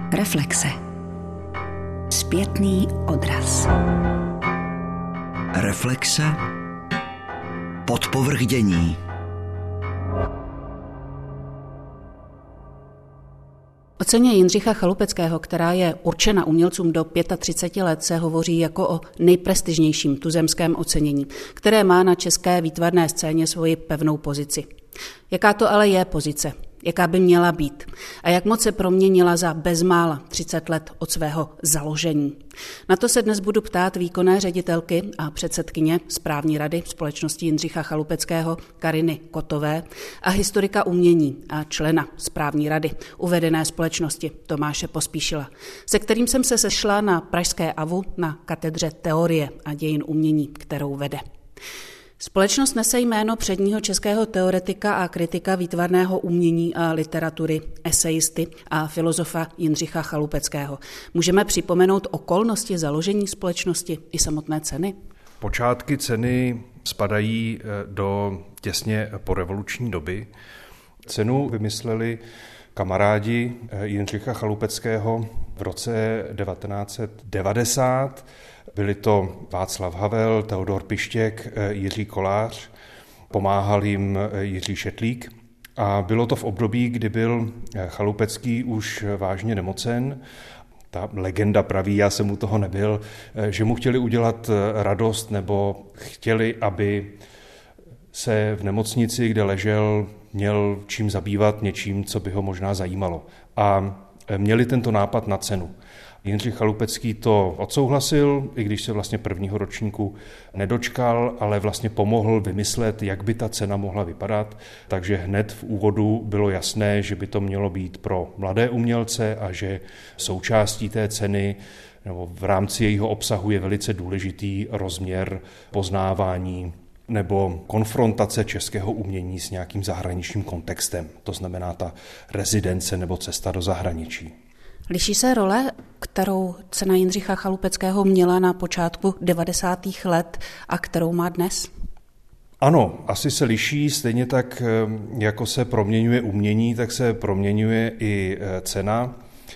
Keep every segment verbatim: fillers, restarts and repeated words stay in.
Reflexe. Zpětný odraz. Reflexe. Podpovrchdění. O ceně Jindřicha Chalupeckého, která je určena umělcům do třiceti pěti let, se hovoří jako o nejprestižnějším tuzemském ocenění, které má na české výtvarné scéně svoji pevnou pozici. Jaká to ale je pozice? Jaká by měla být? A jak moc se proměnila za bezmála třicet let od svého založení? Na to se dnes budu ptát výkonné ředitelky a předsedkyně správní rady společnosti Jindřicha Chalupeckého Kariny Kotové a historika umění a člena správní rady uvedené společnosti Tomáše Pospíšila, se kterým jsem se sešla na pražské A V U na katedře teorie a dějin umění, kterou vede. Společnost nese jméno předního českého teoretika a kritika výtvarného umění a literatury, esejisty a filozofa Jindřicha Chalupeckého. Můžeme připomenout okolnosti založení společnosti i samotné ceny? Počátky ceny spadají do těsně porevoluční doby. Cenu vymysleli kamarádi Jindřicha Chalupeckého v roce devatenáct set devadesát. Byli to Václav Havel, Teodor Pištěk, Jiří Kolář, pomáhal jim Jiří Šetlík a bylo to v období, kdy byl Chalupecký už vážně nemocen. Ta legenda praví, já jsem u toho nebyl, že mu chtěli udělat radost nebo chtěli, aby se v nemocnici, kde ležel, měl čím zabývat něčím, co by ho možná zajímalo. A měli tento nápad na cenu. Jindřich Chalupecký to odsouhlasil, i když se vlastně prvního ročníku nedočkal, ale vlastně pomohl vymyslet, jak by ta cena mohla vypadat. Takže hned v úvodu bylo jasné, že by to mělo být pro mladé umělce a že součástí té ceny nebo v rámci jejího obsahu je velice důležitý rozměr poznávání nebo konfrontace českého umění s nějakým zahraničním kontextem. To znamená ta rezidence nebo cesta do zahraničí. Liší se role, kterou cena Jindřicha Chalupeckého měla na počátku devadesátých let a kterou má dnes? Ano, asi se liší, stejně tak, jako se proměňuje umění, tak se proměňuje i cena.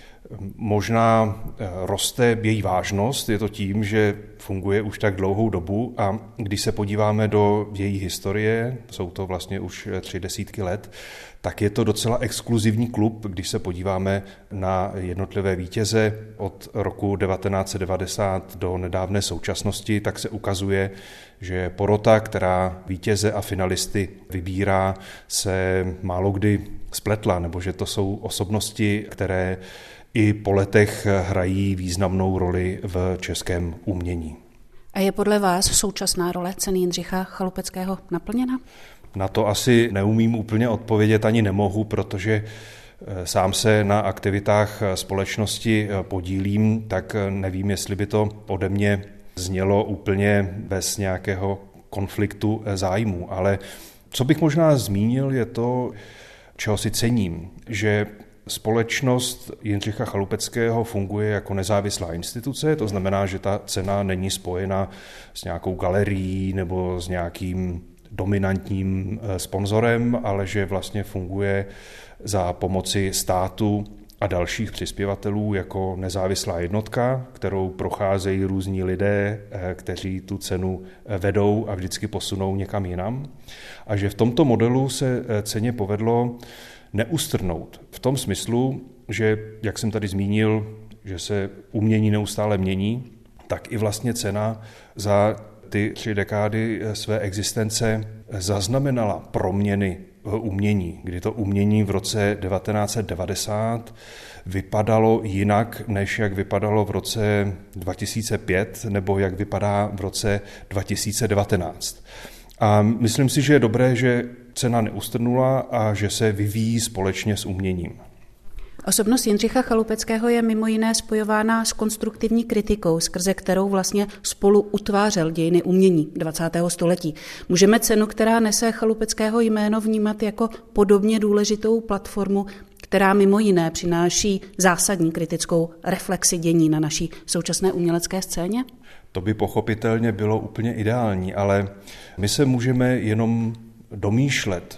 Možná roste její vážnost, je to tím, že funguje už tak dlouhou dobu a když se podíváme do její historie, jsou to vlastně už tři desítky let, tak je to docela exkluzivní klub, když se podíváme na jednotlivé vítěze od roku devatenáct set devadesát do nedávné současnosti, tak se ukazuje, že porota, která vítěze a finalisty vybírá, se málo kdy spletla, nebo že to jsou osobnosti, které i po letech hrají významnou roli v českém umění. A je podle vás současná role ceny Jindřicha Chalupeckého naplněna? Na to asi neumím úplně odpovědět, ani nemohu, protože sám se na aktivitách společnosti podílím, tak nevím, jestli by to ode mě znělo úplně bez nějakého konfliktu zájmu. Ale co bych možná zmínil, je to, čeho si cením, že společnost Jindřicha Chalupeckého funguje jako nezávislá instituce, to znamená, že ta cena není spojena s nějakou galerií nebo s nějakým dominantním sponzorem, ale že vlastně funguje za pomoci státu a dalších přispěvatelů jako nezávislá jednotka, kterou procházejí různí lidé, kteří tu cenu vedou a vždycky posunou někam jinam. A že v tomto modelu se ceně povedlo neustrnout v tom smyslu, že, jak jsem tady zmínil, že se umění neustále mění, tak i vlastně cena za ty tři dekády své existence zaznamenala proměny umění, kdy to umění v roce devatenáct set devadesát vypadalo jinak, než jak vypadalo v roce dva tisíce pět nebo jak vypadá v roce dva tisíce devatenáct. A myslím si, že je dobré, že cena neustrnula a že se vyvíjí společně s uměním. Osobnost Jindřicha Chalupeckého je mimo jiné spojována s konstruktivní kritikou, skrze kterou vlastně spolu utvářel dějiny umění dvacátého století. Můžeme cenu, která nese Chalupeckého jméno, vnímat jako podobně důležitou platformu, která mimo jiné přináší zásadní kritickou reflexi dění na naší současné umělecké scéně? To by pochopitelně bylo úplně ideální, ale my se můžeme jenom domýšlet,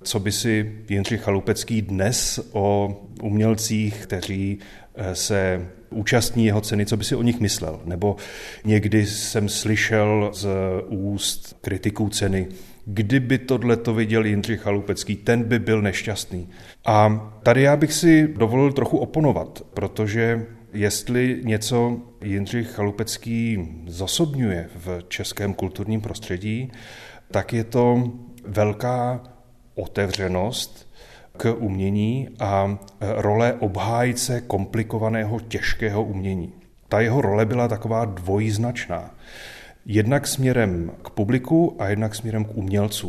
co by si Jindřich Chalupecký dnes o umělcích, kteří se účastní jeho ceny, co by si o nich myslel. Nebo někdy jsem slyšel z úst kritiků ceny, kdyby tohleto viděl Jindřich Chalupecký, ten by byl nešťastný. A tady já bych si dovolil trochu oponovat, protože jestli něco Jindřich Chalupecký zosobňuje v českém kulturním prostředí, tak je to velká otevřenost k umění a role obhájce komplikovaného, těžkého umění. Ta jeho role byla taková dvojznačná. Jednak směrem k publiku a jednak směrem k umělcům.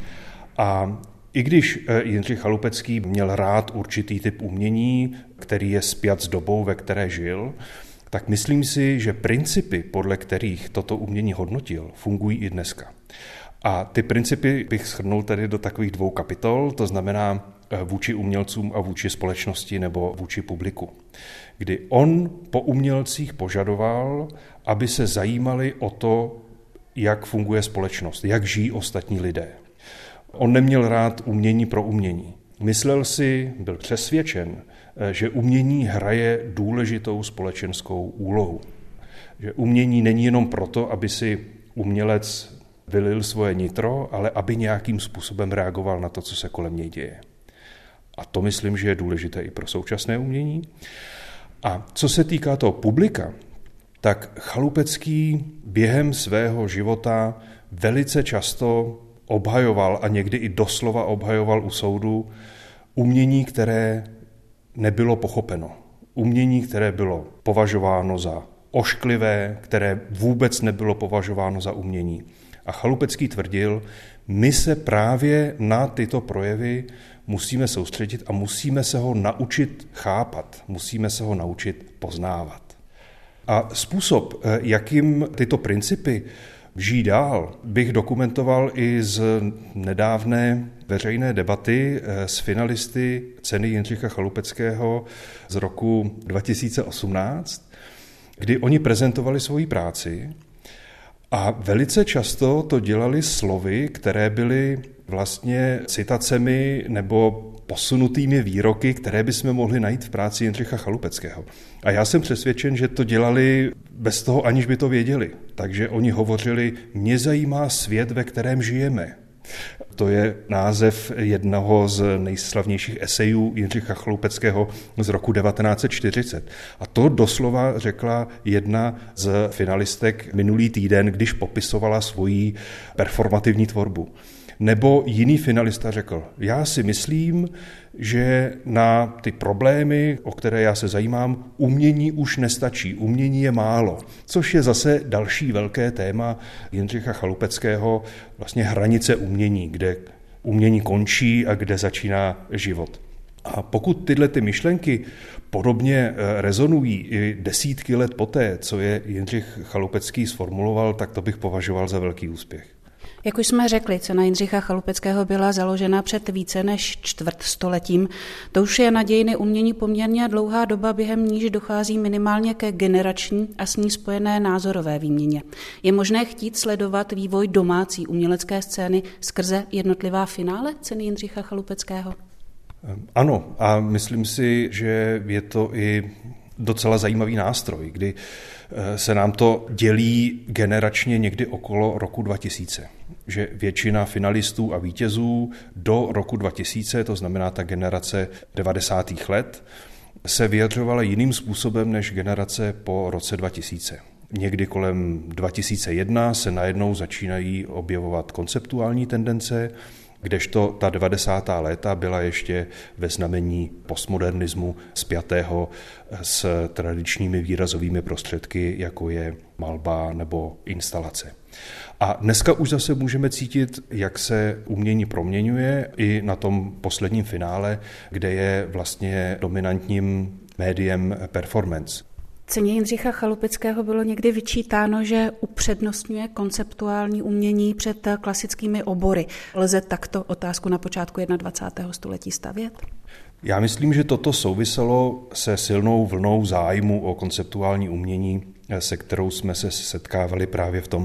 A i když Jindřich Chalupecký měl rád určitý typ umění, který je spjat s dobou, ve které žil, tak myslím si, že principy, podle kterých toto umění hodnotil, fungují i dneska. A ty principy bych shrnul tedy do takových dvou kapitol, to znamená vůči umělcům a vůči společnosti nebo vůči publiku. Kdy on po umělcích požadoval, aby se zajímali o to, jak funguje společnost, jak žijí ostatní lidé. On neměl rád umění pro umění. Myslel si, byl přesvědčen, že umění hraje důležitou společenskou úlohu. Že umění není jenom proto, aby si umělec vylil svoje nitro, ale aby nějakým způsobem reagoval na to, co se kolem něj děje. A to myslím, že je důležité i pro současné umění. A co se týká toho publika, tak Chalupecký během svého života velice často obhajoval a někdy i doslova obhajoval u soudu umění, které nebylo pochopeno. Umění, které bylo považováno za ošklivé, které vůbec nebylo považováno za umění. A Chalupecký tvrdil, my se právě na tyto projevy musíme soustředit a musíme se ho naučit chápat, musíme se ho naučit poznávat. A způsob, jakým tyto principy žijí dál, bych dokumentoval i z nedávné veřejné debaty s finalisty ceny Jindřicha Chalupeckého z roku dva tisíce osmnáct, kdy oni prezentovali svoji práci a velice často to dělali slovy, které byly vlastně citacemi nebo posunutými výroky, které bychom mohli najít v práci Jindřicha Chalupeckého. A já jsem přesvědčen, že to dělali bez toho, aniž by to věděli. Takže oni hovořili, mě zajímá svět, ve kterém žijeme. To je název jednoho z nejslavnějších esejů Jindřicha Chalupeckého z roku devatenáct set čtyřicet. A to doslova řekla jedna z finalistek minulý týden, když popisovala svoji performativní tvorbu. Nebo jiný finalista řekl, já si myslím, že na ty problémy, o které já se zajímám, umění už nestačí, umění je málo. Což je zase další velké téma Jindřicha Chalupeckého, vlastně hranice umění, kde umění končí a kde začíná život. A pokud tyhle ty myšlenky podobně rezonují i desítky let poté, co je Jindřich Chalupecký sformuloval, tak to bych považoval za velký úspěch. Jak už jsme řekli, cena Jindřicha Chalupeckého byla založena před více než čtvrt stoletím. To už je na dějiny umění poměrně dlouhá doba, během níž dochází minimálně ke generační a s ní spojené názorové výměně. Je možné chtít sledovat vývoj domácí umělecké scény skrze jednotlivá finále ceny Jindřicha Chalupeckého? Ano, a myslím si, že je to i docela zajímavý nástroj, kdy se nám to dělí generačně někdy okolo roku dva tisíce. Že většina finalistů a vítězů do roku dva tisíce, to znamená ta generace devadesátých let, se vyjadřovala jiným způsobem než generace po roce dva tisíce. Někdy kolem dva tisíce jedna se najednou začínají objevovat konceptuální tendence, kdežto ta devadesátá léta byla ještě ve znamení postmodernismu spjatého s tradičními výrazovými prostředky, jako je malba nebo instalace. A dneska už zase můžeme cítit, jak se umění proměňuje i na tom posledním finále, kde je vlastně dominantním médiem performance. Ceně Jindřicha Chalupeckého bylo někdy vyčítáno, že upřednostňuje konceptuální umění před klasickými obory. Lze takto otázku na počátku dvacátého prvního století stavět? Já myslím, že toto souviselo se silnou vlnou zájmu o konceptuální umění, se kterou jsme se setkávali právě v tom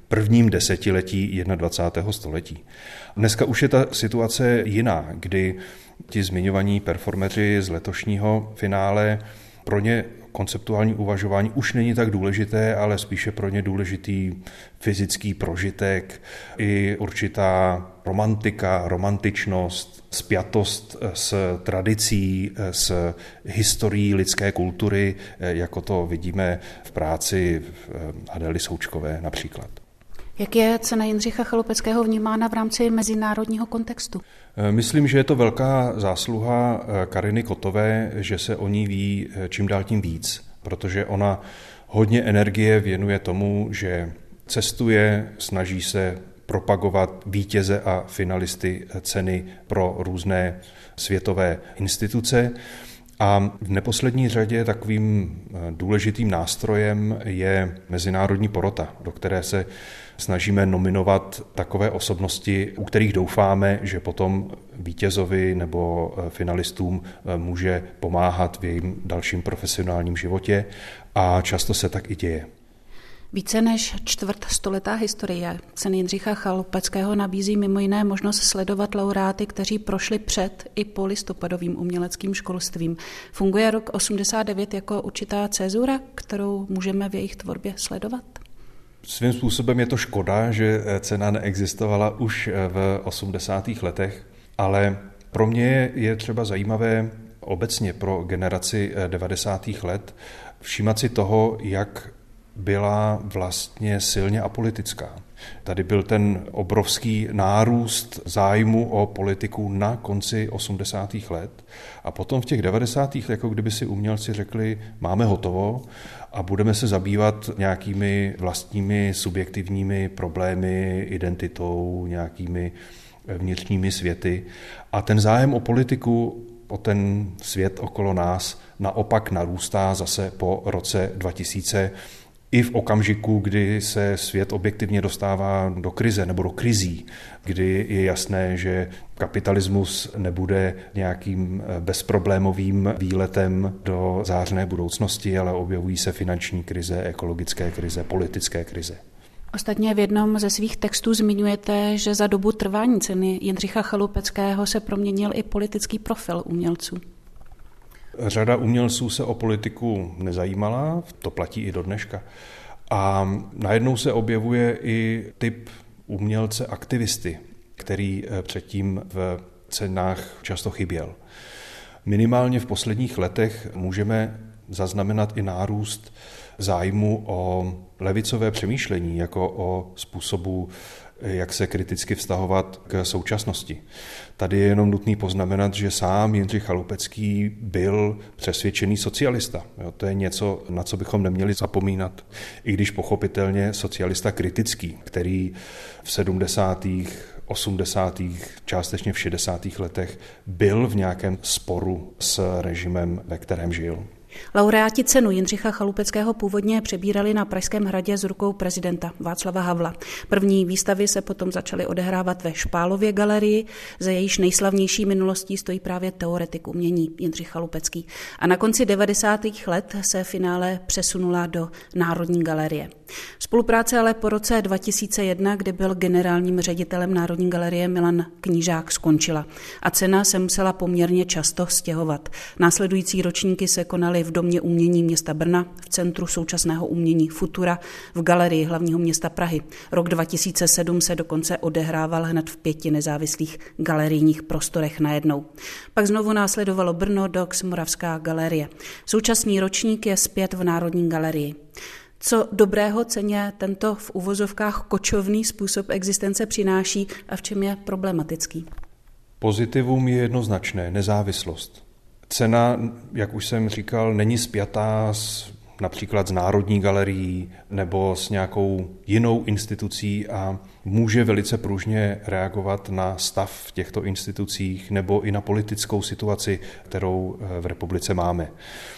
prvním desetiletí dvacátého prvního století. Dneska už je ta situace jiná, kdy ti zmiňovaní performeři z letošního finále, pro ně konceptuální uvažování už není tak důležité, ale spíše pro ně důležitý fyzický prožitek i určitá romantika, romantičnost, spjatost s tradicí, s historií lidské kultury, jako to vidíme v práci Adély Součkové například. Jak je cena Jindřicha Chalupeckého vnímána v rámci mezinárodního kontextu? Myslím, že je to velká zásluha Kariny Kotové, že se o ní ví čím dál tím víc, protože ona hodně energie věnuje tomu, že cestuje, snaží se propagovat vítěze a finalisty ceny pro různé světové instituce. A v neposlední řadě takovým důležitým nástrojem je mezinárodní porota, do které se snažíme nominovat takové osobnosti, u kterých doufáme, že potom vítězovi nebo finalistům může pomáhat v jejím dalším profesionálním životě a často se tak i děje. Více než čtvrt stoletá historie ceny Jindřicha Chalupeckého nabízí mimo jiné možnost sledovat laureáty, kteří prošli před i po listopadovým uměleckým školstvím. Funguje rok osmdesát devět jako určitá cezura, kterou můžeme v jejich tvorbě sledovat? Svým způsobem je to škoda, že cena neexistovala už v osmdesátých letech, ale pro mě je třeba zajímavé obecně pro generaci devadesátých let všímat si toho, jak byla vlastně silně apolitická. Tady byl ten obrovský nárůst zájmu o politiku na konci osmdesátých let a potom v těch devadesátých jako kdyby si umělci řekli, máme hotovo a budeme se zabývat nějakými vlastními subjektivními problémy, identitou, nějakými vnitřními světy. A ten zájem o politiku, o ten svět okolo nás naopak narůstá zase po roce dva tisíce, i v okamžiku, kdy se svět objektivně dostává do krize nebo do krizí, kdy je jasné, že kapitalismus nebude nějakým bezproblémovým výletem do zářné budoucnosti, ale objevují se finanční krize, ekologické krize, politické krize. Ostatně v jednom ze svých textů zmiňujete, že za dobu trvání ceny Jindřicha Chalupeckého se proměnil i politický profil umělců. Řada umělců se o politiku nezajímala, to platí i do dneška. A najednou se objevuje i typ umělce aktivisty, který předtím v cenách často chyběl. Minimálně v posledních letech můžeme zaznamenat i nárůst zájmu o levicové přemýšlení, jako o způsobu, jak se kriticky vztahovat k současnosti. Tady je jenom nutný poznamenat, že sám Jindřich Chalupecký byl přesvědčený socialista. Jo, to je něco, na co bychom neměli zapomínat. I když pochopitelně socialista kritický, který v sedmdesátých, osmdesátých, částečně v šedesátých letech byl v nějakém sporu s režimem, ve kterém žil. Laureáti cenu Jindřicha Chalupeckého původně přebírali na Pražském hradě z rukou prezidenta Václava Havla. První výstavy se potom začaly odehrávat ve Špálově galerii, za jejíž nejslavnější minulostí stojí právě teoretik umění Jindřich Chalupecký. A na konci devadesátých let se finále přesunula do Národní galerie. Spolupráce ale po roce dva tisíce jedna, kdy byl generálním ředitelem Národní galerie Milan Knížák, skončila a cena se musela poměrně často stěhovat. Následující ročníky se konaly v Domě umění města Brna, v Centru současného umění Futura, v Galerii hlavního města Prahy. Rok dva tisíce sedm se dokonce odehrával hned v pěti nezávislých galerijních prostorech najednou. Pak znovu následovalo Brno, Dox, Moravská galerie. Současný ročník je zpět v Národní galerii. Co dobrého ceně tento v uvozovkách kočovný způsob existence přináší a v čem je problematický? Pozitivum je jednoznačné, nezávislost. Cena, jak už jsem říkal, není spjatá s, například s Národní galerií nebo s nějakou jinou institucí a může velice pružně reagovat na stav v těchto institucích nebo i na politickou situaci, kterou v republice máme.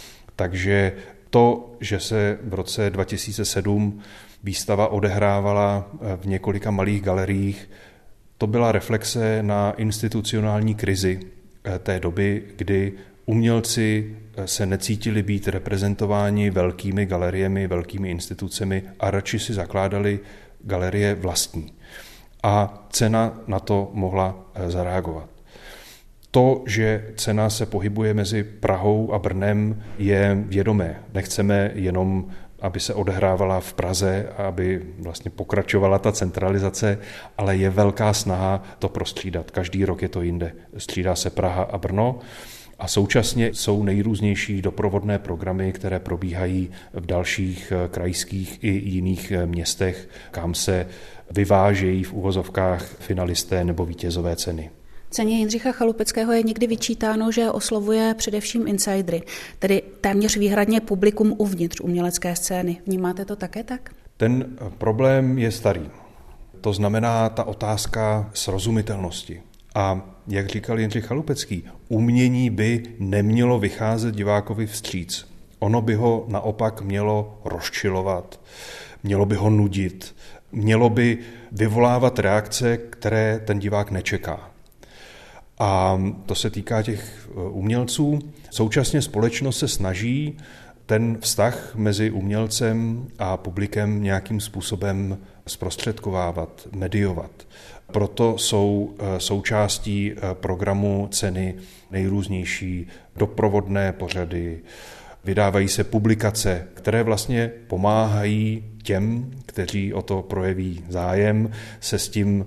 Takže to, že se v roce dva tisíce sedm výstava odehrávala v několika malých galeriích, to byla reflexe na institucionální krizi té doby, kdy umělci se necítili být reprezentováni velkými galeriemi, velkými institucemi a radši si zakládali galerie vlastní. A cena na to mohla zareagovat. To, že cena se pohybuje mezi Prahou a Brnem, je vědomé. Nechceme jenom, aby se odehrávala v Praze a aby vlastně pokračovala ta centralizace, ale je velká snaha to prostřídat. Každý rok je to jinde. Střídá se Praha a Brno. A současně jsou nejrůznější doprovodné programy, které probíhají v dalších krajských i jiných městech, kam se vyvážejí v uvozovkách finalisté nebo vítězové ceny. Ceně Jindřicha Chalupeckého je někdy vyčítáno, že oslovuje především insidery, tedy téměř výhradně publikum uvnitř umělecké scény. Vnímáte to také tak? Ten problém je starý. To znamená ta otázka srozumitelnosti. A jak říkal Jindřich Chalupecký, umění by nemělo vycházet divákovi vstříc. Ono by ho naopak mělo rozčilovat, mělo by ho nudit, mělo by vyvolávat reakce, které ten divák nečeká. A to se týká těch umělců. Současně společnost se snaží ten vztah mezi umělcem a publikem nějakým způsobem zprostředkovávat, mediovat. Proto jsou součástí programu ceny nejrůznější doprovodné pořady, vydávají se publikace, které vlastně pomáhají těm, kteří o to projeví zájem, se s tím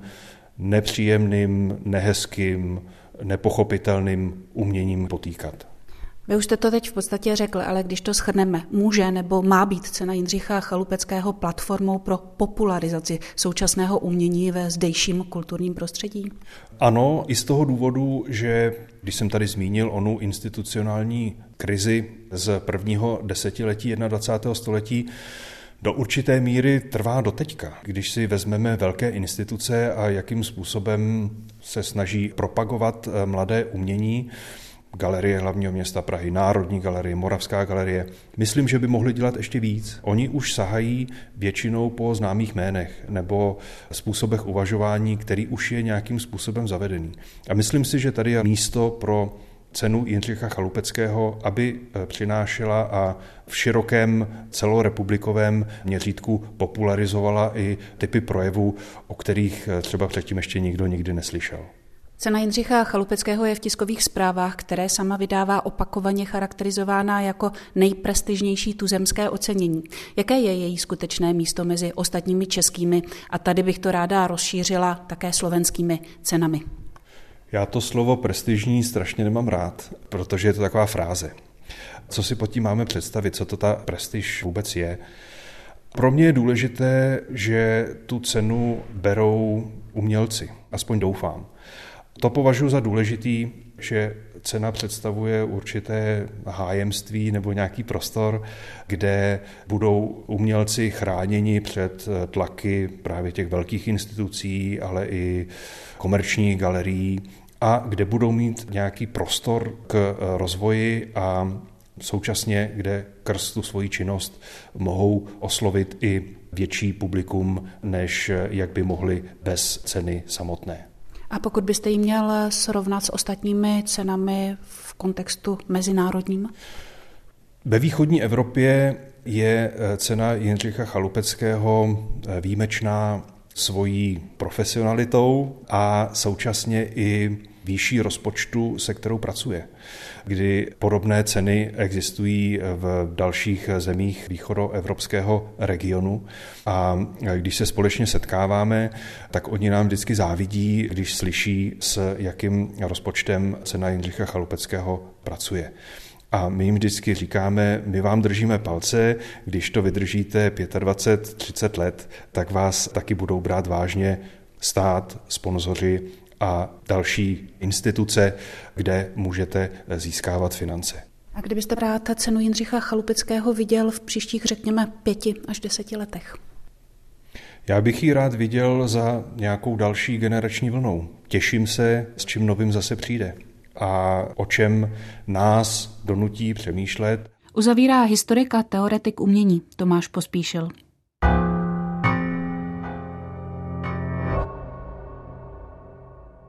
nepříjemným, nehezkým, nepochopitelným uměním potýkat. Vy už jste to teď v podstatě řekl, ale když to shrneme, může nebo má být cena Jindřicha Chalupeckého platformou pro popularizaci současného umění ve zdejším kulturním prostředí? Ano, i z toho důvodu, že když jsem tady zmínil onu institucionální krizi z prvního desetiletí dvacátého prvního století, do určité míry trvá doteďka. Když si vezmeme velké instituce a jakým způsobem se snaží propagovat mladé umění, Galerie hlavního města Prahy, Národní galerie, Moravská galerie. Myslím, že by mohli dělat ještě víc. Oni už sahají většinou po známých jménech nebo způsobech uvažování, který už je nějakým způsobem zavedený. A myslím si, že tady je místo pro cenu Jindřicha Chalupeckého, aby přinášela a v širokém celorepublikovém měřítku popularizovala i typy projevů, o kterých třeba předtím ještě nikdo nikdy neslyšel. Cena Jindřicha Chalupeckého je v tiskových zprávách, které sama vydává, opakovaně charakterizována jako nejprestižnější tuzemské ocenění. Jaké je její skutečné místo mezi ostatními českými a tady bych to ráda rozšířila také slovenskými cenami? Já to slovo prestižní strašně nemám rád, protože je to taková fráze. Co si pod tím máme představit, co to ta prestiž vůbec je? Pro mě je důležité, že tu cenu berou umělci, aspoň doufám. To považuji za důležitý, že cena představuje určité hájemství nebo nějaký prostor, kde budou umělci chráněni před tlaky právě těch velkých institucí, ale i komerčních galerií a kde budou mít nějaký prostor k rozvoji a současně, kde skrz tu svoji činnost mohou oslovit i větší publikum, než jak by mohli bez ceny samotné. A pokud byste ji měl srovnat s ostatními cenami v kontextu mezinárodním? Ve východní Evropě je cena Jindřicha Chalupeckého výjimečná svojí profesionalitou a současně i výší rozpočtu, se kterou pracuje, kdy podobné ceny existují v dalších zemích východoevropského regionu a když se společně setkáváme, tak oni nám vždycky závidí, když slyší, s jakým rozpočtem cena Jindřicha Chalupeckého pracuje. A my jim vždycky říkáme, my vám držíme palce, když to vydržíte dvacet pět třicet let, tak vás taky budou brát vážně stát, sponzoři a další instituce, kde můžete získávat finance. A kdybyste rád cenu Jindřicha Chalupeckého viděl v příštích, řekněme, pěti až deseti letech? Já bych ji rád viděl za nějakou další generační vlnou. Těším se, s čím novým zase přijde a o čem nás donutí přemýšlet. Uzavírá historik a teoretik umění Tomáš Pospíšil.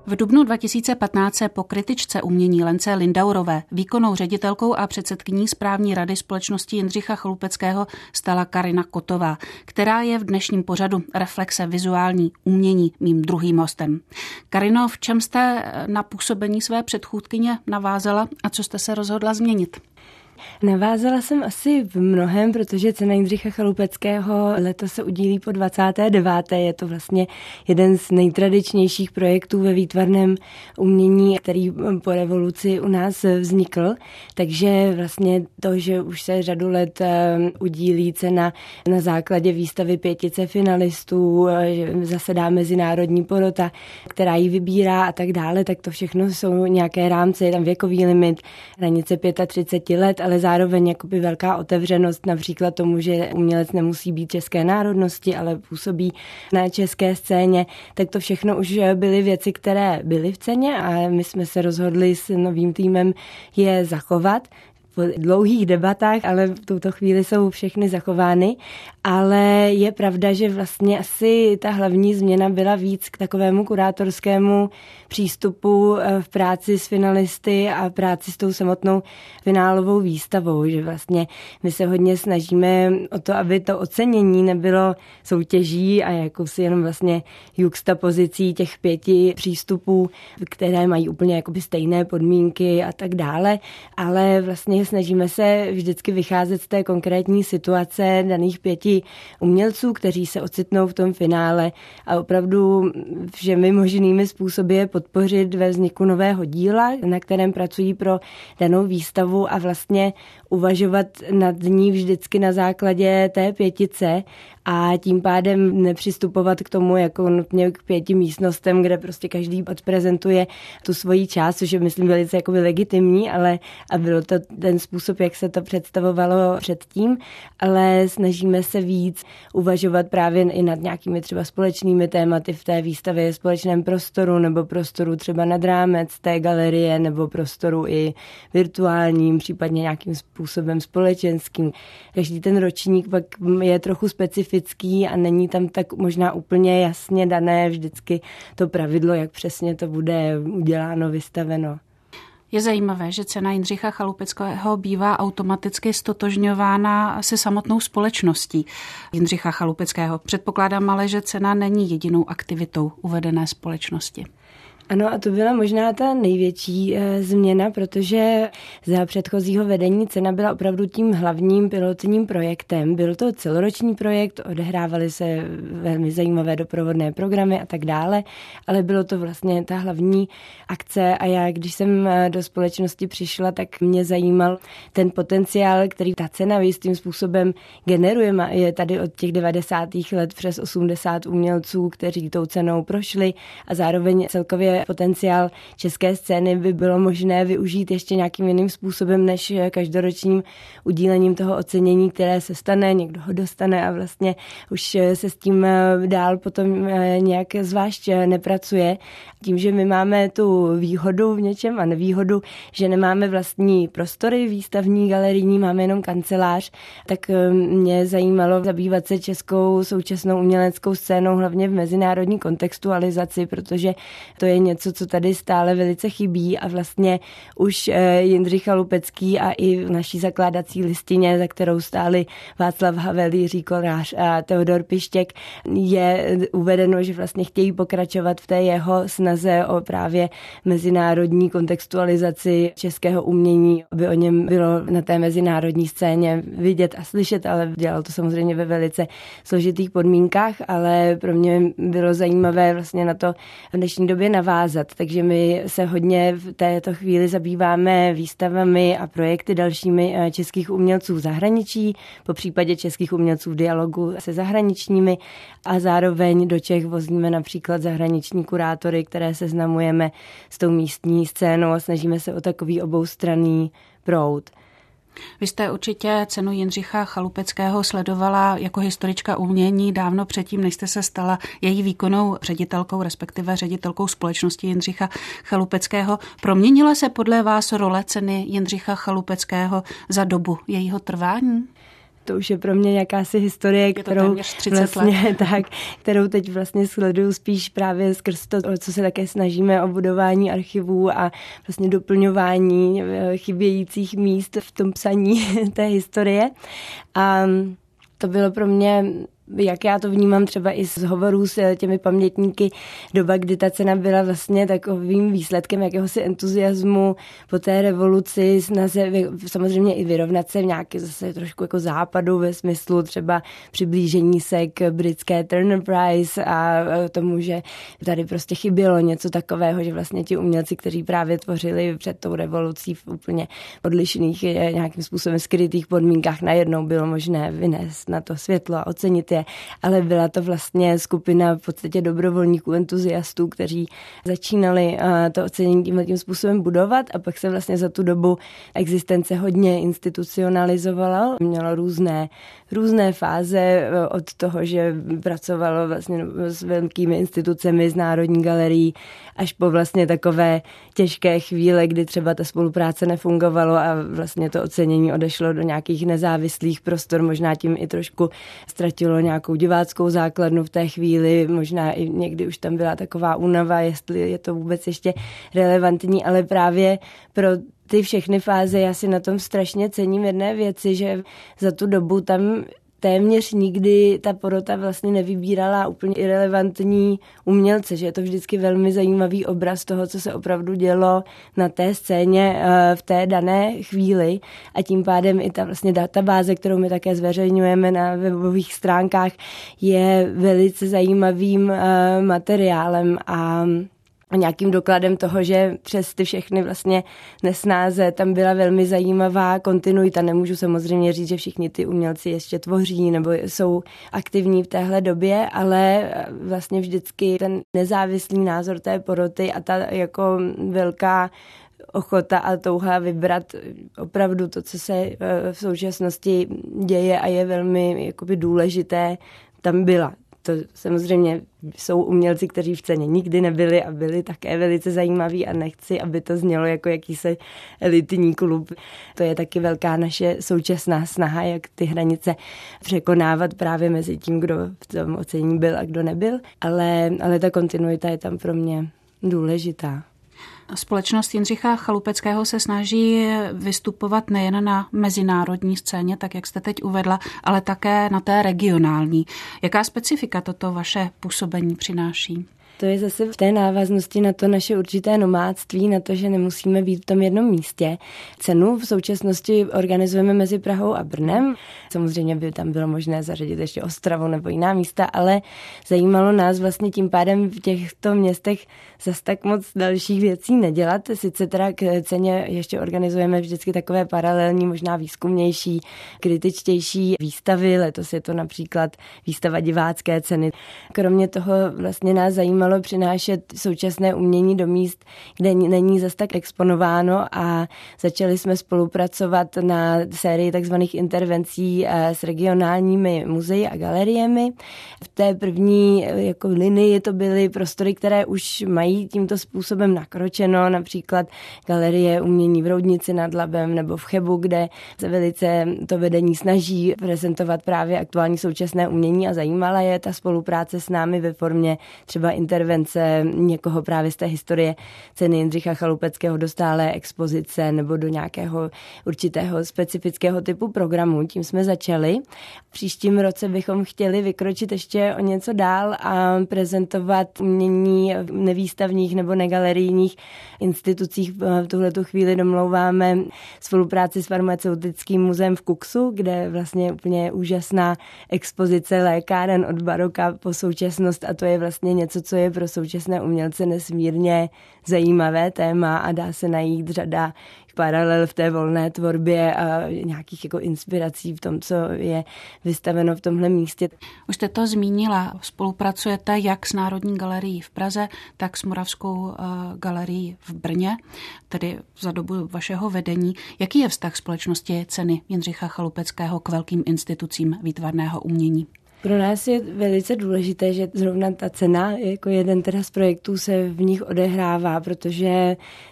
V dubnu dva tisíce patnáct se po kritičce umění Lence Lindaurové, výkonnou ředitelkou a předsedkyní správní rady společnosti Jindřicha Chalupeckého stala Karina Kotová, která je v dnešním pořadu Reflexe vizuální umění mým druhým hostem. Karino, v čem jste na působení své předchůdkyně navázala a co jste se rozhodla změnit? Navázala jsem asi v mnohem, protože cena Jindřicha Chalupeckého letos se udílí po dvacáté deváté Je to vlastně jeden z nejtradičnějších projektů ve výtvarném umění, který po revoluci u nás vznikl. Takže vlastně to, že už se řadu let udílí cena na základě výstavy pětice finalistů, že zasedá mezinárodní porota, která ji vybírá a tak dále, tak to všechno jsou nějaké rámce, je tam věkový limit, hranice třicet pět let, ale zároveň jakoby velká otevřenost například tomu, že umělec nemusí být české národnosti, ale působí na české scéně, tak to všechno už byly věci, které byly v ceně a my jsme se rozhodli s novým týmem je zachovat. Po dlouhých debatách, ale v tuto chvíli jsou všechny zachovány, ale je pravda, že vlastně asi ta hlavní změna byla víc k takovému kurátorskému přístupu v práci s finalisty a práci s tou samotnou finálovou výstavou, že vlastně my se hodně snažíme o to, aby to ocenění nebylo soutěží a jakousi jenom vlastně juxtapozicí těch pěti přístupů, které mají úplně jakoby stejné podmínky a tak dále, ale vlastně snažíme se vždycky vycházet z té konkrétní situace daných pěti umělců, kteří se ocitnou v tom finále a opravdu všemi možnými způsoby je podpořit ve vzniku nového díla, na kterém pracují pro danou výstavu a vlastně uvažovat nad ní vždycky na základě té pětice a tím pádem nepřistupovat k tomu jako nutně k pěti místnostem, kde prostě každý odprezentuje tu svoji část, což je myslím velice jakoby legitimní, ale a bylo to ten způsob, jak se to představovalo předtím, ale snažíme se víc uvažovat právě i nad nějakými třeba společnými tématy v té výstavě, společném prostoru nebo prostoru třeba nad rámec té galerie nebo prostoru i virtuálním, případně nějakým způsobem společenským. Každý ten ročník pak je trochu specifický a není tam tak možná úplně jasně dané vždycky to pravidlo, jak přesně to bude uděláno, vystaveno. Je zajímavé, že cena Jindřicha Chalupeckého bývá automaticky stotožňována se samotnou společností Jindřicha Chalupeckého. Předpokládám ale, že cena není jedinou aktivitou uvedené společnosti. Ano, a to byla možná ta největší e, změna, protože za předchozího vedení cena byla opravdu tím hlavním pilotním projektem. Byl to celoroční projekt, odehrávaly se velmi zajímavé doprovodné programy a tak dále, ale bylo to vlastně ta hlavní akce a já, když jsem do společnosti přišla, tak mě zajímal ten potenciál, který ta cena jistým způsobem generuje. Je tady od těch devadesátých let přes osmdesát umělců, kteří tou cenou prošli a zároveň celkově potenciál české scény by bylo možné využít ještě nějakým jiným způsobem než každoročním udílením toho ocenění, které se stane, někdo ho dostane a vlastně už se s tím dál potom nějak zvlášť nepracuje. Tím, že my máme tu výhodu v něčem a nevýhodu, že nemáme vlastní prostory výstavní, galerijní, máme jenom kancelář, tak mě zajímalo zabývat se českou současnou uměleckou scénou, hlavně v mezinárodní kontextualizaci, protože to je něco, co tady stále velice chybí a vlastně už Jindřich Chalupecký a i v naší zakládací listině, za kterou stáli Václav Havel, Jiří Kolář a Teodor Pištěk, je uvedeno, že vlastně chtějí pokračovat v té jeho snaze o právě mezinárodní kontextualizaci českého umění, aby o něm bylo na té mezinárodní scéně vidět a slyšet, ale dělal to samozřejmě ve velice složitých podmínkách, ale pro mě bylo zajímavé vlastně na to v dnešní době navázat. Takže my se hodně v této chvíli zabýváme výstavami a projekty dalšími českých umělců v zahraničí, po případě českých umělců v dialogu se zahraničními a zároveň do Čech vozíme například zahraniční kurátory, které seznamujeme s tou místní scénou a snažíme se o takový oboustranný proud. Vy jste určitě cenu Jindřicha Chalupeckého sledovala jako historička umění dávno předtím, než jste se stala její výkonnou ředitelkou, respektive ředitelkou společnosti Jindřicha Chalupeckého. Proměnila se podle vás role ceny Jindřicha Chalupeckého za dobu jejího trvání? to už je pro mě jakási historie, kterou vlastně, tak, kterou teď vlastně sleduju spíš právě skrz to, co se také snažíme o budování archivů a vlastně doplňování chybějících míst v tom psaní té historie. A to bylo pro mě, jak já to vnímám třeba i z hovorů s těmi pamětníky, doba, kdy ta cena byla vlastně takovým výsledkem jakéhosi entuziasmu po té revoluci, snaze samozřejmě i vyrovnat se v nějaké zase trošku jako západu ve smyslu třeba přiblížení se k britské Turner Prize a tomu, že tady prostě chybělo něco takového, že vlastně ti umělci, kteří právě tvořili před tou revolucí v úplně odlišných, nějakým způsobem skrytých podmínkách, najednou bylo možné vynést na to světlo a ocenit je. Ale byla to vlastně skupina v podstatě dobrovolníků, entuziastů, kteří začínali to ocenění tímhletím způsobem budovat a pak se vlastně za tu dobu existence hodně institucionalizovala. Mělo různé, různé fáze od toho, že pracovalo vlastně s velkými institucemi z Národní galerií až po vlastně takové těžké chvíle, kdy třeba ta spolupráce nefungovalo a vlastně to ocenění odešlo do nějakých nezávislých prostor, možná tím i trošku ztratilo nějakou diváckou základnu v té chvíli, možná i někdy už tam byla taková únava, jestli je to vůbec ještě relevantní, ale právě pro ty všechny fáze já si na tom strašně cením jedné věci, že za tu dobu tam téměř nikdy ta porota vlastně nevybírala úplně irelevantní umělce, že je to vždycky velmi zajímavý obraz toho, co se opravdu dělo na té scéně v té dané chvíli a tím pádem i ta vlastně databáze, kterou my také zveřejňujeme na webových stránkách, je velice zajímavým materiálem a A nějakým dokladem toho, že přes ty všechny vlastně nesnáze tam byla velmi zajímavá kontinuita. Nemůžu samozřejmě říct, že všichni ty umělci ještě tvoří nebo jsou aktivní v téhle době, ale vlastně vždycky ten nezávislý názor té poroty a ta jako velká ochota a touha vybrat opravdu to, co se v současnosti děje a je velmi jakoby důležité, tam byla. To samozřejmě jsou umělci, kteří v ceně nikdy nebyli a byli také velice zajímaví a nechci, aby to znělo jako jakýsi elitní klub. To je taky velká naše současná snaha, jak ty hranice překonávat právě mezi tím, kdo v tom ocenění byl a kdo nebyl, ale, ale ta kontinuita je tam pro mě důležitá. Společnost Jindřicha Chalupeckého se snaží vystupovat nejen na mezinárodní scéně, tak jak jste teď uvedla, ale také na té regionální. Jaká specifika toto vaše působení přináší? To je zase v té návaznosti na to naše určité nomádství, na to, že nemusíme být v tom jednom místě. Cenu v současnosti organizujeme mezi Prahou a Brnem. Samozřejmě by tam bylo možné zařadit ještě Ostravu nebo jiná místa, ale zajímalo nás vlastně tím pádem v těchto městech zas tak moc dalších věcí nedělat. Sice teda k ceně ještě organizujeme vždycky takové paralelní, možná výzkumnější, kritičtější výstavy. Letos je to například výstava divácké ceny. Kromě toho vlastně nás zajímalo přinášet současné umění do míst, kde není zas tak exponováno a začali jsme spolupracovat na sérii takzvaných intervencí s regionálními muzeji a galeriemi. V té první jako linii to byly prostory, které už mají tímto způsobem nakročeno, například Galerie umění v Roudnici nad Labem nebo v Chebu, kde se velice to vedení snaží prezentovat právě aktuální současné umění a zajímala je ta spolupráce s námi ve formě třeba intervence někoho právě z té historie ceny Jindřicha Chalupeckého do stálé expozice nebo do nějakého určitého specifického typu programu. Tím jsme začali. V příštím roce bychom chtěli vykročit ještě o něco dál a prezentovat umění v nevýstavních nebo negalerijních institucích. V tuhletu chvíli domlouváme spolupráci s farmaceutickým muzeem v Kuxu, kde vlastně úplně úžasná expozice lékáren od baroka po současnost a to je vlastně něco, co je pro současné umělce nesmírně zajímavé téma a dá se najít řada paralel v té volné tvorbě a nějakých jako inspirací v tom, co je vystaveno v tomhle místě. Už jste to zmínila, spolupracujete jak s Národní galerií v Praze, tak s Moravskou uh, galerií v Brně, tedy za dobu vašeho vedení. Jaký je vztah společnosti ceny Jindřicha Chalupeckého k velkým institucím výtvarného umění? Pro nás je velice důležité, že zrovna ta cena jako jeden teda z projektů se v nich odehrává, protože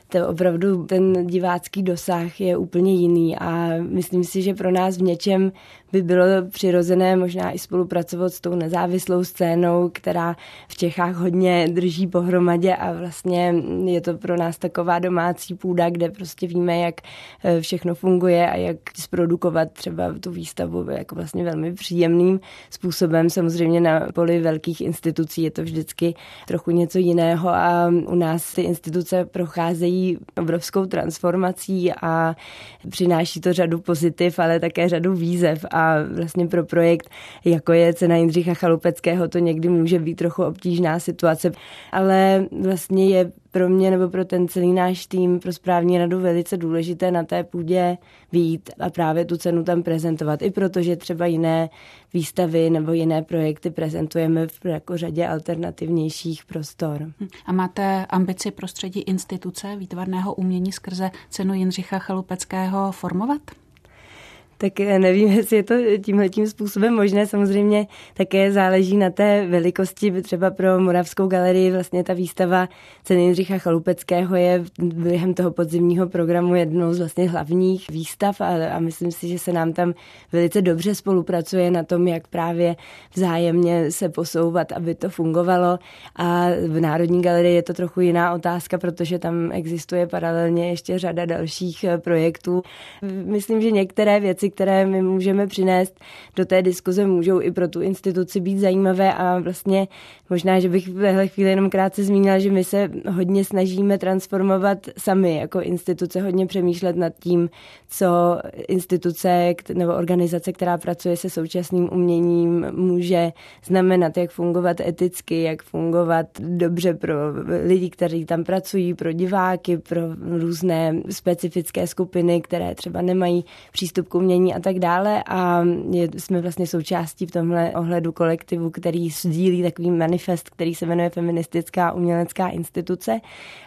to opravdu ten divácký dosah je úplně jiný a myslím si, že pro nás v něčem by bylo přirozené možná i spolupracovat s tou nezávislou scénou, která v Čechách hodně drží pohromadě a vlastně je to pro nás taková domácí půda, kde prostě víme, jak všechno funguje a jak zprodukovat třeba tu výstavu jako vlastně velmi příjemným způsobem. Samozřejmě na poli velkých institucí je to vždycky trochu něco jiného a u nás ty instituce procházejí obrovskou transformací a přináší to řadu pozitiv, ale také řadu výzev a vlastně pro projekt, jako je Cena Jindřicha Chalupeckého, to někdy může být trochu obtížná situace, ale vlastně je pro mě nebo pro ten celý náš tým, pro správní radu velice důležité na té půdě být a právě tu cenu tam prezentovat. I protože třeba jiné výstavy nebo jiné projekty prezentujeme v jako řadě alternativnějších prostor. A máte ambici prostředí instituce výtvarného umění skrze Cenu Jindřicha Chalupeckého formovat? Tak nevím, jestli je to tímhletím způsobem možné. Samozřejmě také záleží na té velikosti. Třeba pro Moravskou galerii vlastně ta výstava Ceny Jindřicha Chalupeckého je během toho podzimního programu jednou z vlastně hlavních výstav a, a myslím si, že se nám tam velice dobře spolupracuje na tom, jak právě vzájemně se posouvat, aby to fungovalo. A v Národní galerii je to trochu jiná otázka, protože tam existuje paralelně ještě řada dalších projektů. Myslím, že některé věci, které my můžeme přinést do té diskuze, můžou i pro tu instituci být zajímavé a vlastně možná, že bych v téhle chvíli jenom krátce zmínila, že my se hodně snažíme transformovat sami jako instituce, hodně přemýšlet nad tím, co instituce nebo organizace, která pracuje se současným uměním, může znamenat, jak fungovat eticky, jak fungovat dobře pro lidi, kteří tam pracují, pro diváky, pro různé specifické skupiny, které třeba nemají přístup k umění a tak dále a je, jsme vlastně součástí v tomhle ohledu kolektivu, který sdílí takový manifest, který se jmenuje Feministická umělecká instituce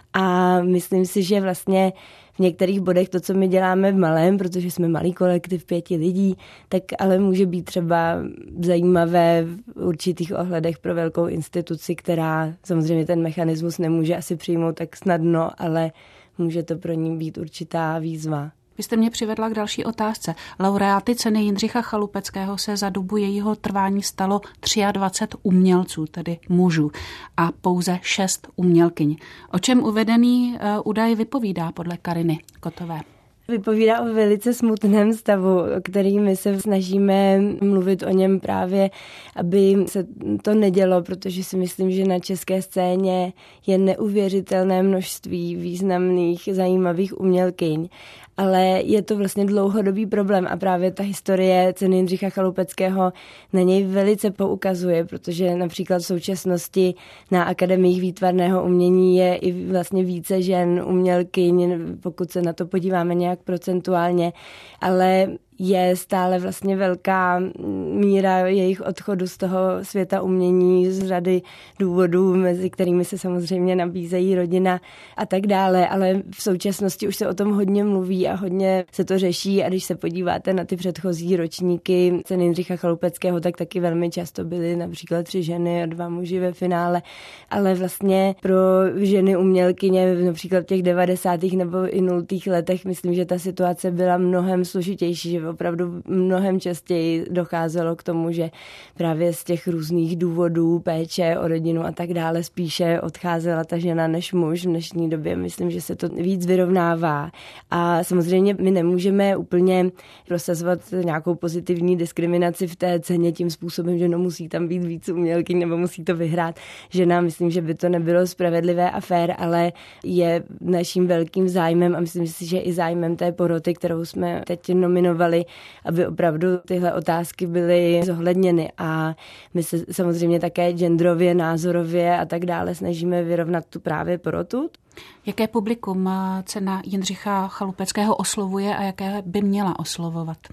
a myslím si, že vlastně v některých bodech to, co my děláme v malém, protože jsme malý kolektiv pěti lidí, tak ale může být třeba zajímavé v určitých ohledech pro velkou instituci, která samozřejmě ten mechanismus nemůže asi přijmout tak snadno, ale může to pro ní být určitá výzva. Vy jste mě přivedla k další otázce. Laureáty Ceny Jindřicha Chalupeckého se za dobu jejího trvání stalo dvacet tři umělců, tedy mužů, a pouze šest umělkyň. O čem uvedený uh, údaj vypovídá podle Kariny Kotové? Vypovídá o velice smutném stavu, který my se snažíme mluvit o něm právě, aby se to nedělo, protože si myslím, že na české scéně je neuvěřitelné množství významných, zajímavých umělkyň. Ale je to vlastně dlouhodobý problém a právě ta historie Ceny Jindřicha Chalupeckého na něj velice poukazuje, protože například v současnosti na akademiích výtvarného umění je i vlastně více žen umělkyň, pokud se na to podíváme nějak procentuálně, ale je stále vlastně velká míra jejich odchodu z toho světa umění z řady důvodů, mezi kterými se samozřejmě nabízejí rodina a tak dále, ale v současnosti už se o tom hodně mluví a hodně se to řeší a když se podíváte na ty předchozí ročníky Ceny Jindřicha Chalupeckého, tak taky velmi často byly například tři ženy a dva muži ve finále, ale vlastně pro ženy umělkyně například v těch devadesátých nebo i nultých letech myslím, že ta situace byla mnohem složitější, že opravdu mnohem častěji docházelo k tomu, že právě z těch různých důvodů péče o rodinu a tak dále spíše odcházela ta žena než muž. V dnešní době myslím, že se to víc vyrovnává. A samozřejmě my nemůžeme úplně prosazovat nějakou pozitivní diskriminaci v té ceně tím způsobem, že no musí tam být víc umělkyň nebo musí to vyhrát žena. Myslím, že by to nebylo spravedlivé a fér, ale je naším velkým zájmem a myslím si, že i zájmem té poroty, kterou jsme teď nominovali, aby opravdu tyhle otázky byly zohledněny a my se samozřejmě také genderově, názorově a tak dále snažíme vyrovnat tu právě porotu. Jaké publikum Cena Jindřicha Chalupeckého oslovuje a jaké by měla oslovovat?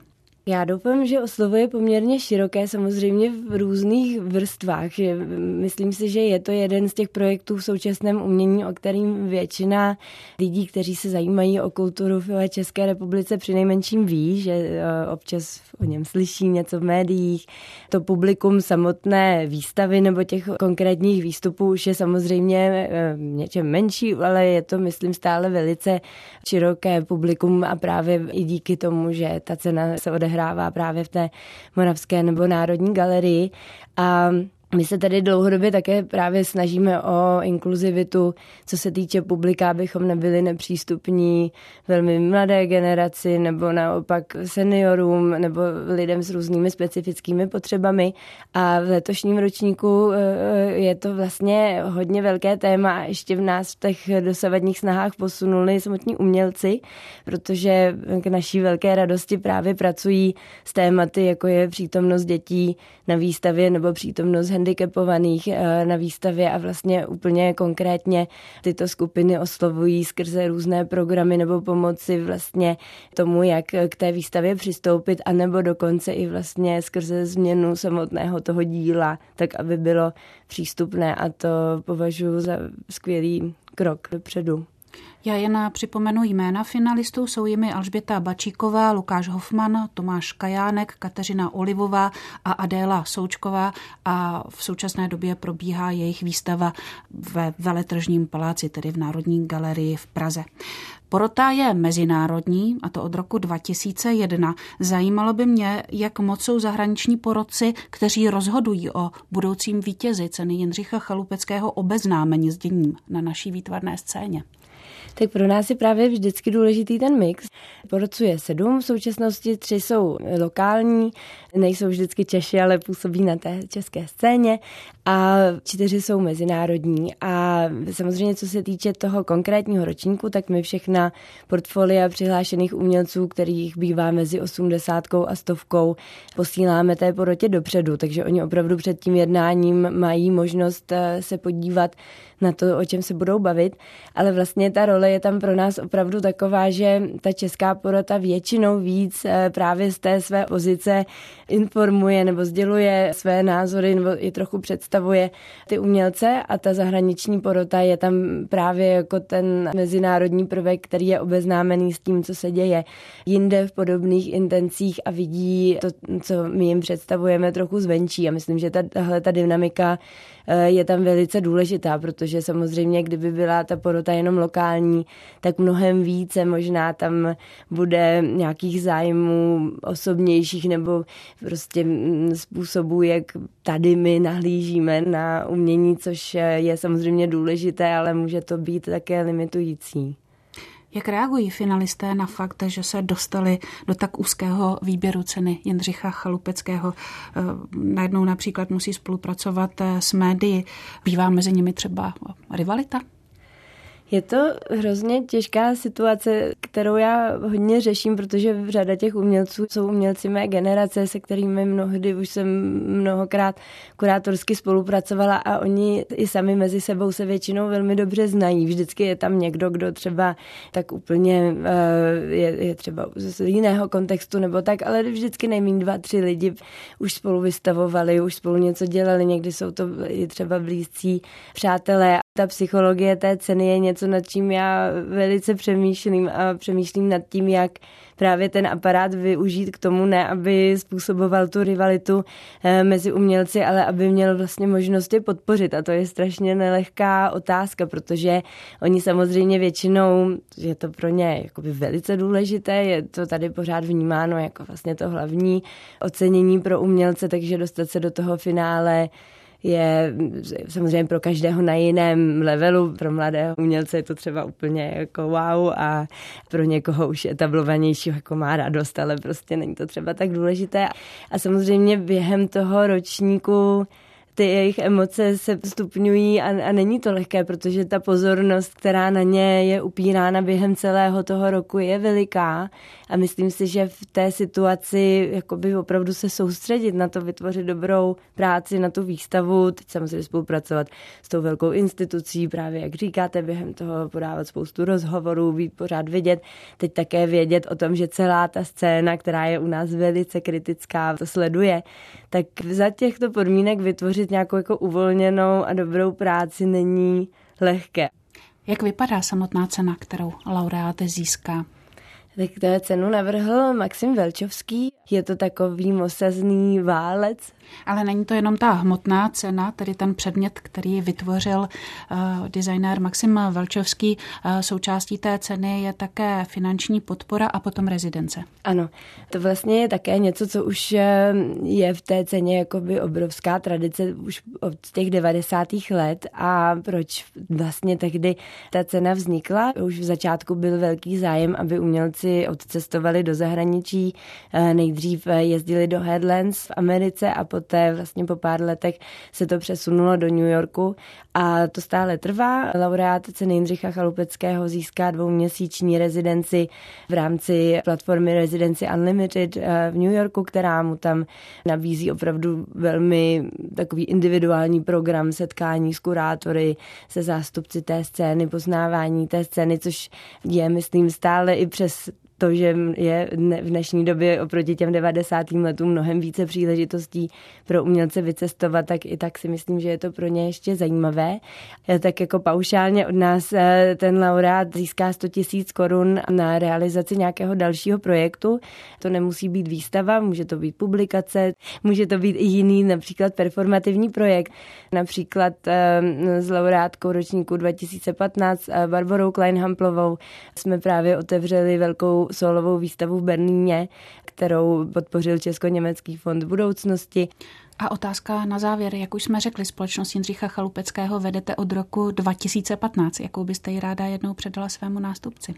Já doufám, že oslovuje poměrně široké, samozřejmě v různých vrstvách. Myslím si, že je to jeden z těch projektů v současném umění, o kterým většina lidí, kteří se zajímají o kulturu v České republice, přinejmenším ví, že občas o něm slyší něco v médiích. To publikum samotné výstavy nebo těch konkrétních výstupů už je samozřejmě něčem menší, ale je to, myslím, stále velice široké publikum a právě i díky tomu, že ta cena se odehrává hrává právě v té Moravské nebo Národní galerii. A my se tady dlouhodobě také právě snažíme o inkluzivitu, co se týče publika, abychom nebyli nepřístupní velmi mladé generaci nebo naopak seniorům nebo lidem s různými specifickými potřebami. A v letošním ročníku je to vlastně hodně velké téma a ještě v nás v těch dosavadních snahách posunuli samotní umělci, protože k naší velké radosti právě pracují s tématy, jako je přítomnost dětí na výstavě nebo přítomnost handicapovaných na výstavě a vlastně úplně konkrétně tyto skupiny oslovují skrze různé programy nebo pomoci vlastně tomu, jak k té výstavě přistoupit, anebo dokonce i vlastně skrze změnu samotného toho díla, tak aby bylo přístupné a to považuji za skvělý krok dopředu. Já jen připomenu jména finalistů, jsou jimi Alžběta Bačíková, Lukáš Hofman, Tomáš Kajánek, Kateřina Olivová a Adéla Součková a v současné době probíhá jejich výstava ve Veletržním paláci, tedy v Národní galerii v Praze. Porota je mezinárodní, a to od roku dva tisíce jedna. Zajímalo by mě, jak moc jsou zahraniční porotci, kteří rozhodují o budoucím vítězi ceny Jindřicha Chalupeckého, obeznámeni s děním na naší výtvarné scéně. Tak pro nás je právě vždycky důležitý ten mix. Porotců je sedm, v současnosti tři jsou lokální, nejsou vždycky Češi, ale působí na té české scéně a čtyři jsou mezinárodní. A samozřejmě, co se týče toho konkrétního ročníku, tak my všechna portfolia přihlášených umělců, kterých bývá mezi osmdesátkou a stovkou, posíláme té porotě dopředu, takže oni opravdu před tím jednáním mají možnost se podívat na to, o čem se budou bavit, ale vlastně ta role je tam pro nás opravdu taková, že ta česká porota většinou víc právě z té své pozice informuje nebo sděluje své názory nebo i trochu představuje ty umělce a ta zahraniční porota je tam právě jako ten mezinárodní prvek, který je obeznámený s tím, co se děje jinde v podobných intencích a vidí to, co my jim představujeme trochu zvenčí a myslím, že tahle ta dynamika je tam velice důležitá, protože samozřejmě, kdyby byla ta porota jenom lokální, tak mnohem více možná tam bude nějakých zájmů osobnějších nebo prostě způsobů, jak tady my nahlížíme na umění, což je samozřejmě důležité, ale může to být také limitující. Jak reagují finalisté na fakt, že se dostali do tak úzkého výběru ceny Jindřicha Chalupeckého? Najednou například musí spolupracovat s médii. Bývá mezi nimi třeba rivalita? Je to hrozně těžká situace, kterou já hodně řeším, protože řada těch umělců jsou umělci mé generace, se kterými mnohdy už jsem mnohokrát kurátorsky spolupracovala a oni i sami mezi sebou se většinou velmi dobře znají. Vždycky je tam někdo, kdo třeba tak úplně je, je třeba z jiného kontextu nebo tak, ale vždycky nejméně dva, tři lidi už spolu vystavovali, už spolu něco dělali, někdy jsou to i třeba blízcí přátelé. Ta psychologie té ceny je něco, nad čím já velice přemýšlím a přemýšlím nad tím, jak právě ten aparát využít k tomu, ne aby způsoboval tu rivalitu mezi umělci, ale aby měl vlastně možnost je podpořit. A to je strašně nelehká otázka, protože oni samozřejmě většinou, je to pro ně jakoby velice důležité, je to tady pořád vnímáno jako vlastně to hlavní ocenění pro umělce, takže dostat se do toho finále je samozřejmě pro každého na jiném levelu. Pro mladého umělce je to třeba úplně jako wow a pro někoho už etablovanějšího jako má radost, ale prostě není to třeba tak důležité. A samozřejmě během toho ročníku ty jejich emoce se stupňují a, a není to lehké, protože ta pozornost, která na ně je upírána během celého toho roku, je veliká a myslím si, že v té situaci jakoby opravdu se soustředit na to, vytvořit dobrou práci na tu výstavu, teď samozřejmě spolupracovat s tou velkou institucí, právě jak říkáte, během toho podávat spoustu rozhovorů, být pořád vidět, teď také vědět o tom, že celá ta scéna, která je u nás velice kritická, to sleduje, tak za těchto podmínek vytvořit nějakou jako uvolněnou a dobrou práci není lehké. Jak vypadá samotná cena, kterou laureát získá? Tak to cenu navrhl Maxim Velčovský. Je to takový mosazný válec. Ale není to jenom ta hmotná cena, tedy ten předmět, který vytvořil uh, designér Maxim Velčovský. Uh, součástí té ceny je také finanční podpora a potom rezidence. Ano, to vlastně je také něco, co už je v té ceně jakoby obrovská tradice už od těch devadesátých let. A proč vlastně tehdy ta cena vznikla? Už v začátku byl velký zájem, aby umělci odcestovali do zahraničí. Nejdřív jezdili do Headlands v Americe a poté vlastně po pár letech se to přesunulo do New Yorku a to stále trvá. Laureát ceny Jindřicha Chalupeckého získá dvouměsíční rezidenci v rámci platformy Residency Unlimited v New Yorku, která mu tam nabízí opravdu velmi takový individuální program setkání s kurátory, se zástupci té scény, poznávání té scény, což je, myslím, stále i přes to, že je v dnešní době oproti těm devadesátým letům mnohem více příležitostí pro umělce vycestovat, tak i tak si myslím, že je to pro ně ještě zajímavé. Tak jako paušálně od nás ten laureát získá sto tisíc korun na realizaci nějakého dalšího projektu. To nemusí být výstava, může to být publikace, může to být i jiný, například performativní projekt. Například s laureátkou ročníku dva tisíce patnáct Barborou Kleinhamplovou jsme právě otevřeli velkou solovou výstavu v Berlíně, kterou podpořil Česko-německý fond budoucnosti. A otázka na závěr, jak už jsme řekli, společnost Jindřicha Chalupeckého vedete od roku dva tisíce patnáct. Jakou byste ji ráda jednou předala svému nástupci?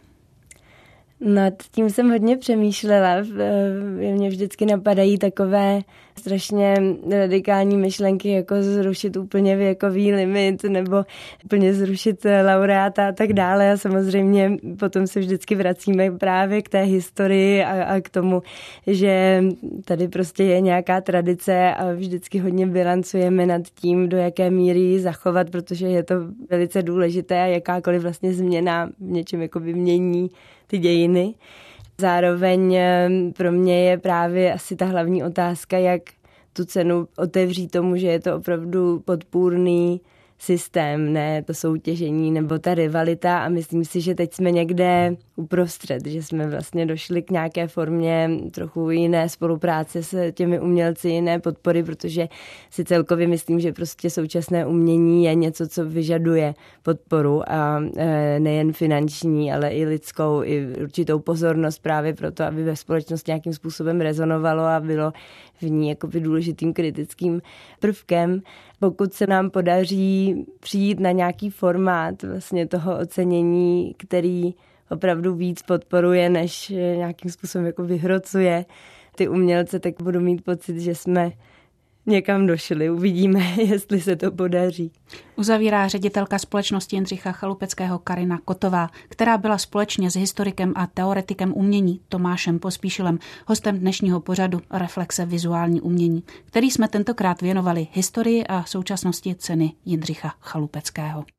Nad tím jsem hodně přemýšlela. Mě vždycky napadají takové strašně radikální myšlenky, jako zrušit úplně věkový limit nebo úplně zrušit laureáta a tak dále. A samozřejmě potom se vždycky vracíme právě k té historii a, a k tomu, že tady prostě je nějaká tradice a vždycky hodně bilancujeme nad tím, do jaké míry ji zachovat, protože je to velice důležité a jakákoliv vlastně změna v něčem jakoby mění ty dějiny. Zároveň pro mě je právě asi ta hlavní otázka, jak tu cenu otevřít tomu, že je to opravdu podpůrný systém, ne to soutěžení nebo ta rivalita a myslím si, že teď jsme někde uprostřed, že jsme vlastně došli k nějaké formě trochu jiné spolupráce s těmi umělci, jiné podpory, protože si celkově myslím, že prostě současné umění je něco, co vyžaduje podporu a nejen finanční, ale i lidskou, i určitou pozornost právě proto, aby ve společnosti nějakým způsobem rezonovalo a bylo v ní jakoby důležitým kritickým prvkem. Pokud se nám podaří přijít na nějaký formát vlastně toho ocenění, který opravdu víc podporuje, než nějakým způsobem jako vyhrocuje ty umělce, tak budu mít pocit, že jsme někam došli. Uvidíme, jestli se to podaří. Uzavírá ředitelka společnosti Jindřicha Chalupeckého Karina Kotová, která byla společně s historikem a teoretikem umění Tomášem Pospíšilem hostem dnešního pořadu Reflexe vizuální umění, který jsme tentokrát věnovali historii a současnosti ceny Jindřicha Chalupeckého.